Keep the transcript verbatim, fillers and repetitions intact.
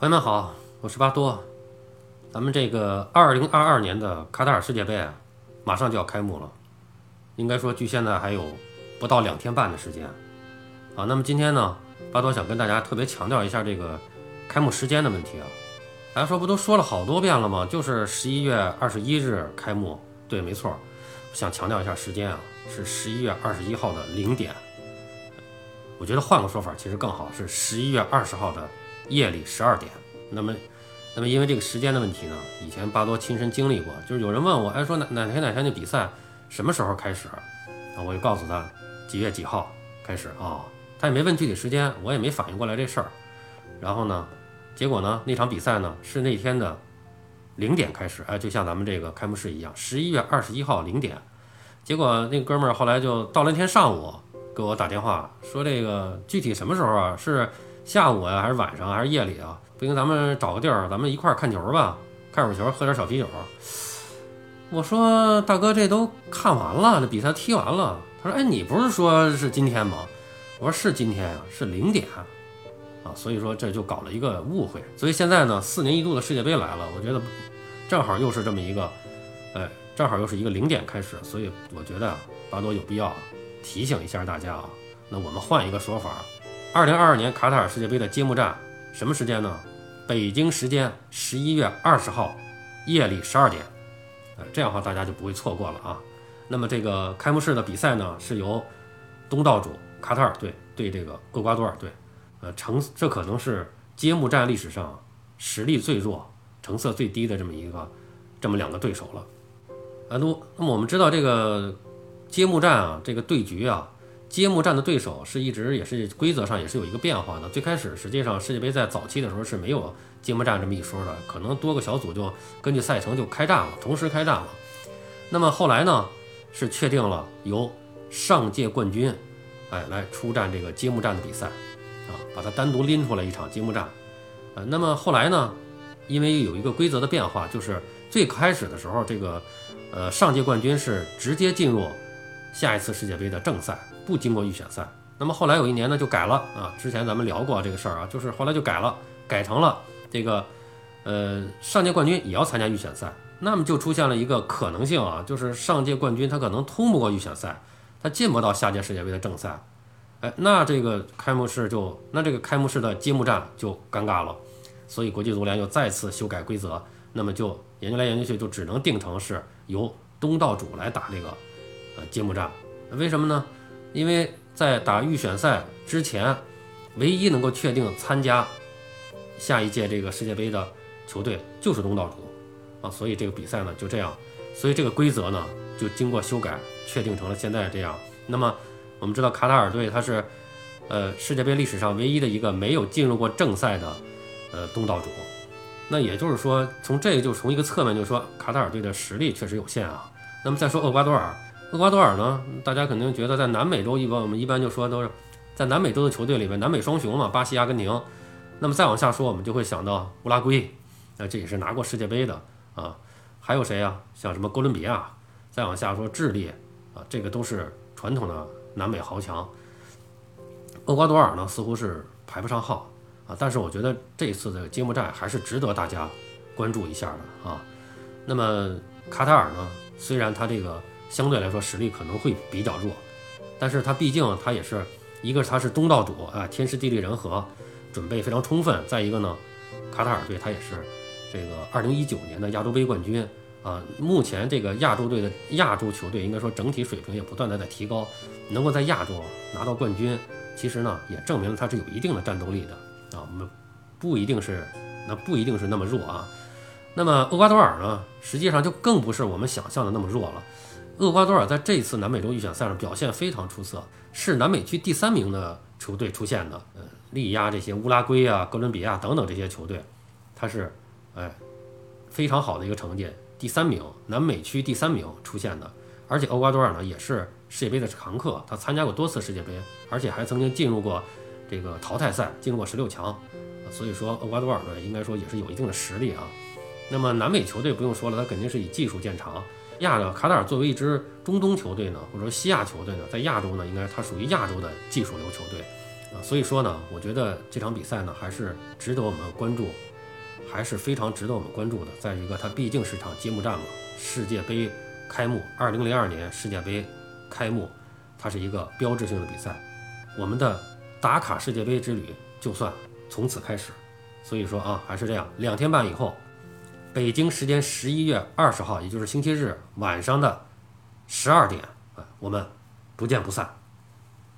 朋友们好，我是巴多。咱们这个二零二二年的卡塔尔世界杯啊，马上就要开幕了。应该说，距现在还有不到两天半的时间啊。那么今天呢，巴多想跟大家特别强调一下这个开幕时间的问题啊。大家说不都说了好多遍了吗？就是十一月二十一日开幕。对，没错。想强调一下时间啊，是十一月二十一号的零点。我觉得换个说法其实更好，是十一月二十号的夜里十二点。那么，那么因为这个时间的问题呢，以前巴多亲身经历过，就是有人问我，哎，说哪哪天哪天的比赛什么时候开始？啊，我就告诉他几月几号开始啊、哦，他也没问具体时间，我也没反应过来这事儿。然后呢，结果呢，那场比赛呢是那天的零点开始，哎，就像咱们这个开幕式一样，十一月二十一号零点。结果那哥们儿后来就到了那天上午给我打电话说，这个具体什么时候啊？是下午呀、啊，还是晚上、啊、还是夜里啊？不行，咱们找个地儿，咱们一块儿看球吧，看会儿球，喝点小啤酒。我说大哥，这都看完了，这比赛踢完了。他说，哎，你不是说是今天吗？我说是今天啊，是零点啊。所以说这就搞了一个误会。所以现在呢，四年一度的世界杯来了，我觉得正好又是这么一个，哎，正好又是一个零点开始，所以我觉得巴多有必要提醒一下大家啊。那我们换一个说法，二零二二年卡塔尔世界杯的揭幕战什么时间呢？北京时间十一月二十号夜里十二点，呃，这样的话大家就不会错过了啊。那么这个开幕式的比赛呢，是由东道主卡塔尔队对这个厄瓜多尔队，呃，成这可能是揭幕战历史上实力最弱、成色最低的这么一个这么两个对手了。啊，那那么我们知道这个揭幕战啊，这个对局啊。揭幕战的对手是一直也是规则上也是有一个变化的。最开始实际上世界杯在早期的时候是没有揭幕战这么一说的，可能多个小组就根据赛程就开战了，同时开战了。那么后来呢，是确定了由上届冠军，哎来出战这个揭幕战的比赛啊，把它单独拎出来一场揭幕战。呃，那么后来呢，因为有一个规则的变化，就是最开始的时候，这个呃上届冠军是直接进入下一次世界杯的正赛，不经过预选赛。那么后来有一年呢就改了啊，之前咱们聊过这个事儿啊，就是后来就改了，改成了这个呃上届冠军也要参加预选赛。那么就出现了一个可能性啊，就是上届冠军他可能通不过预选赛，他进不到下届世界杯的正赛。哎，那这个开幕式就那这个开幕式的揭幕战就尴尬了，所以国际足联又再次修改规则，那么就研究来研究去，就只能定成是由东道主来打这个呃揭幕战。为什么呢？因为在打预选赛之前，唯一能够确定参加下一届这个世界杯的球队就是东道主啊，所以这个比赛呢就这样，所以这个规则呢就经过修改，确定成了现在这样。那么我们知道卡塔尔队它是呃世界杯历史上唯一的一个没有进入过正赛的呃东道主，那也就是说，从这个就从一个侧面就说卡塔尔队的实力确实有限啊。那么再说厄瓜多尔。厄瓜多尔呢，大家肯定觉得在南美洲一般，我们一般就说都是在南美洲的球队里面，南美双雄嘛，巴西、阿根廷。那么再往下说，我们就会想到乌拉圭，啊，这也是拿过世界杯的啊。还有谁啊？像什么哥伦比亚？再往下说智利啊，这个都是传统的南美豪强。厄瓜多尔呢，似乎是排不上号啊。但是我觉得这次的揭幕战还是值得大家关注一下的啊。那么卡塔尔呢，虽然他这个相对来说实力可能会比较弱，但是他毕竟他也是一个他是东道主啊，天时地利人和，准备非常充分。再一个呢，卡塔尔队他也是这个二零一九年的亚洲杯冠军啊。目前这个亚洲队的亚洲球队应该说整体水平也不断的在提高，能够在亚洲拿到冠军，其实呢也证明了他是有一定的战斗力的啊。我们不一定是那不一定是那么弱啊。那么厄瓜多尔呢，实际上就更不是我们想象的那么弱了。厄瓜多尔在这次南美洲预选赛上表现非常出色，是南美区第三名的球队出现的，呃，力压这些乌拉圭啊、哥伦比亚等等这些球队，他是，哎，非常好的一个成绩，第三名，南美区第三名出现的。而且厄瓜多尔呢也是世界杯的常客，他参加过多次世界杯，而且还曾经进入过这个淘汰赛，进入过十六强，所以说厄瓜多尔呢应该说也是有一定的实力啊。那么南美球队不用说了，他肯定是以技术见长。亚的卡塔尔作为一支中东球队呢，或者说西亚球队呢，在亚洲呢，应该它属于亚洲的技术流球队啊。所以说呢，我觉得这场比赛呢，还是值得我们关注还是非常值得我们关注的。再一个，它毕竟是场揭幕战嘛，世界杯开幕，二零零二年世界杯开幕，它是一个标志性的比赛，我们的打卡世界杯之旅就算从此开始。所以说啊，还是这样，两天半以后，北京时间十一月二十号，也就是星期日晚上的十二点，我们不见不散。